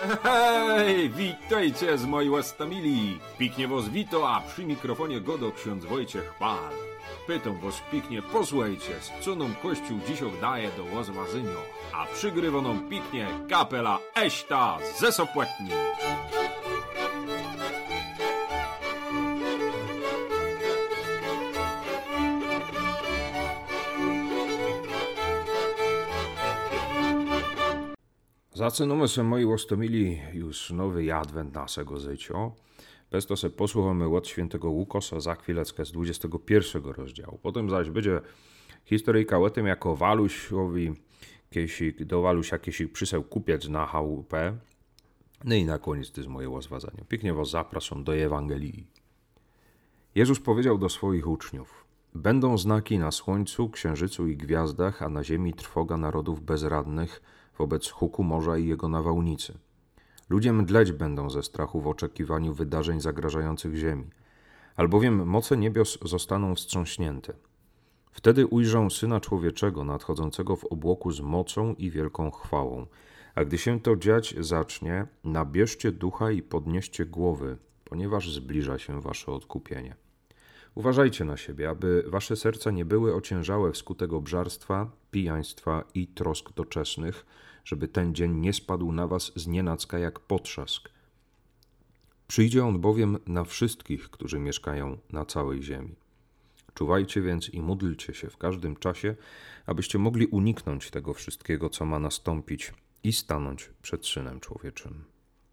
Hej, witajcie z mojej łastamili. Piknie was wito, a przy mikrofonie godo ksiądz Wojciech Pal. Pytam was piknie, posłuchajcie, z co nam Kościół dzisiaj daje do łazwazynio, a przygrywa nam piknie kapela Eśta ze Sopłetni. Zaczynamy se moi łostomili już nowy adwent naszego życia. Bez to se posłuchamy od świętego Łukasza za chwileczkę z 21 rozdziału. Potem zaś będzie historyjka o tym, jako Walusiowi do Walusia kiedyś przyseł kupiec na chałupę. No i na koniec to jest moje łazwazanie. Pięknie was zapraszam do Ewangelii. Jezus powiedział do swoich uczniów: będą znaki na słońcu, księżycu i gwiazdach, a na ziemi trwoga narodów bezradnych wobec huku morza i jego nawałnicy. Ludzie mdleć będą ze strachu w oczekiwaniu wydarzeń zagrażających ziemi, albowiem moce niebios zostaną wstrząśnięte. Wtedy ujrzą Syna Człowieczego nadchodzącego w obłoku z mocą i wielką chwałą. A gdy się to dziać zacznie, nabierzcie ducha i podnieście głowy, ponieważ zbliża się wasze odkupienie. Uważajcie na siebie, aby wasze serca nie były ociężałe wskutek obżarstwa, pijaństwa i trosk doczesnych, żeby ten dzień nie spadł na was znienacka jak potrzask. Przyjdzie on bowiem na wszystkich, którzy mieszkają na całej ziemi. Czuwajcie więc i módlcie się w każdym czasie, abyście mogli uniknąć tego wszystkiego, co ma nastąpić i stanąć przed Synem Człowieczym.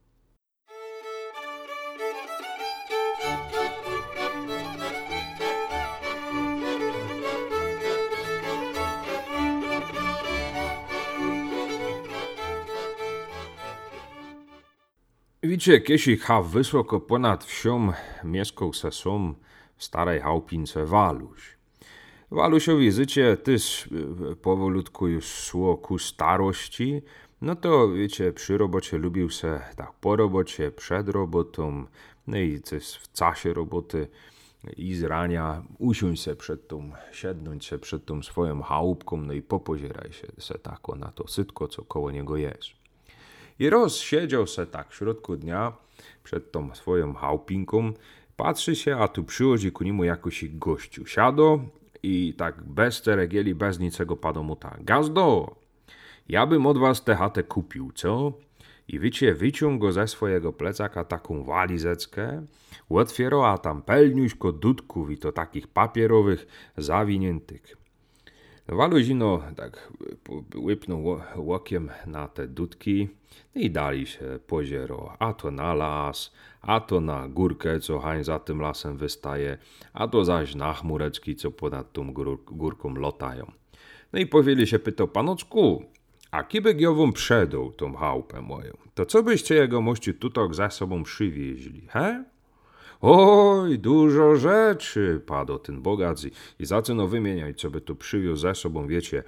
Wiecie, kiedyś wysoko ponad wsią mieszkał se som w starej chałupince Waluś. Walusiowi życie też powolutku już szło ku starości, no to wiecie, przy robocie lubił se tak po robocie, przed robotą, no i też w czasie roboty i z rania siednąć se przed tą swoją chałupką, no i popozieraj się tako na to sytko, co koło niego jest. I siedział se tak w środku dnia przed tą swoją chałupinką, patrzy się, a tu przychodzi ku niemu jakoś gościu. Siado i tak bez ceregieli, bez niczego padł mu tak: gazdo, ja bym od was tę chatę kupił, co? I wyciągł ze swojego plecaka taką walizeckę, otwierał, a tam pełniuśko dudków i to takich papierowych, zawiniętych. Waluzino tak łypnął łokiem na te dudki i dali się poziero. A to na las, a to na górkę, co hań za tym lasem wystaje, a to zaś na chmureczki, co ponad tą górką lotają. No i po chwili się pytał: panoczku, a kibek jową przedał tą chałupę moją, to co byście jego mości tutok za sobą przywieźli, he? Oj, dużo rzeczy, padł ten bogac i zaczynał wymieniać, co by tu przywiózł ze sobą, wiecie,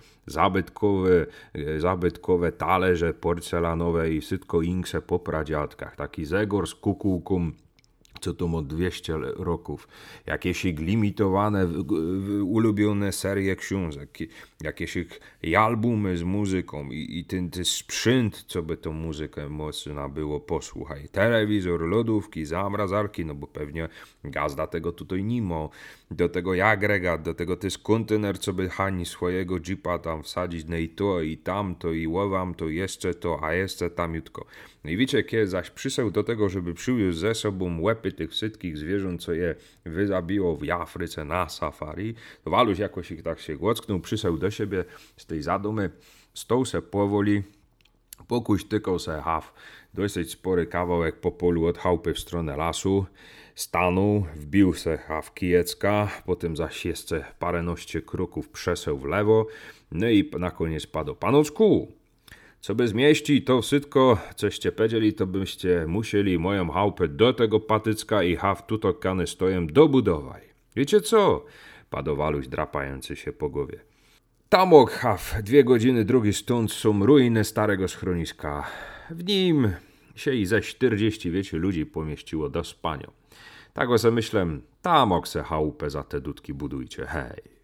zabytkowe talerze porcelanowe i wszystko inkse po pradziadkach, taki zegor z kukułką, co to ma 200 roków, jakieś limitowane, ulubione serie książek, jakieś albumy z muzyką i ten sprzęt, co by tą muzykę można było posłuchać. Telewizor, lodówki, zamrażarki, no bo pewnie gazda tego tutaj nie ma. Do tego agregat, do tego też kontener, co by hani swojego jeepa tam wsadzić, no i to, i tamto, i łowam to, jeszcze to, a jeszcze tamiutko. No i wiecie, kiedy zaś przyseł do tego, żeby przywiózł ze sobą łepy tych wszystkich zwierząt, co je wyzabiło w Afryce na safari, to Waluś jakoś ich tak się łocknął, przyseł do siebie z tej zadumy, stął se powoli, pokuśtykał se dosyć spory kawałek po polu od chałupy w stronę lasu, stanął, wbił se kijecka, potem zaś jeszcze paręnaście kroków przeseł w lewo, no i na koniec padł: panoczku, co by zmieści to wszystko, coście powiedzieli, to byście musieli moją chałupę do tego patycka i tutokany stojem dobudować. Wiecie co? Padł Waluś, drapający się po głowie. Tamok 2 godziny drugi stąd są ruiny starego schroniska. W nim się i ze 40, wiecie, ludzi pomieściło do spania. Tak o se myślę, tamok se chałupę za te dudki budujcie, hej.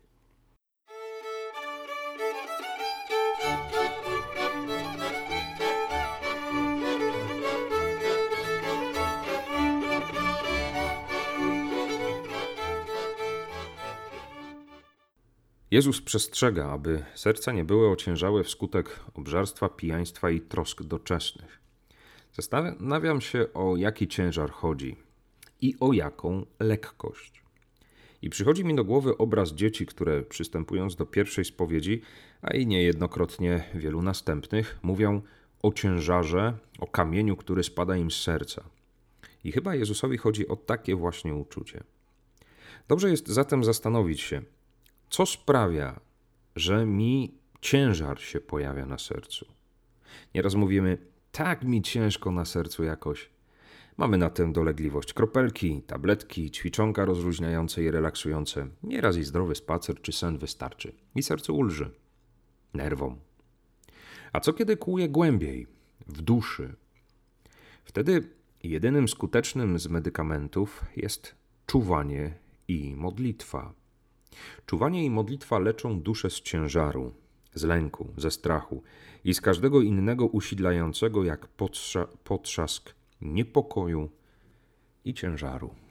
Jezus przestrzega, aby serca nie były ociężałe wskutek obżarstwa, pijaństwa i trosk doczesnych. Zastanawiam się, o jaki ciężar chodzi i o jaką lekkość. I przychodzi mi do głowy obraz dzieci, które przystępując do pierwszej spowiedzi, a i niejednokrotnie wielu następnych, mówią o ciężarze, o kamieniu, który spada im z serca. I chyba Jezusowi chodzi o takie właśnie uczucie. Dobrze jest zatem zastanowić się, co sprawia, że mi ciężar się pojawia na sercu. Nieraz mówimy, tak mi ciężko na sercu jakoś. Mamy na tę dolegliwość kropelki, tabletki, ćwiczonka rozluźniające i relaksujące. Nieraz i zdrowy spacer czy sen wystarczy. I sercu ulży. Nerwom. A co kiedy kłuje głębiej, w duszy? Wtedy jedynym skutecznym z medykamentów jest czuwanie i modlitwa. Czuwanie i modlitwa leczą duszę z ciężaru, z lęku, ze strachu i z każdego innego usidlającego jak potrzask niepokoju i ciężaru.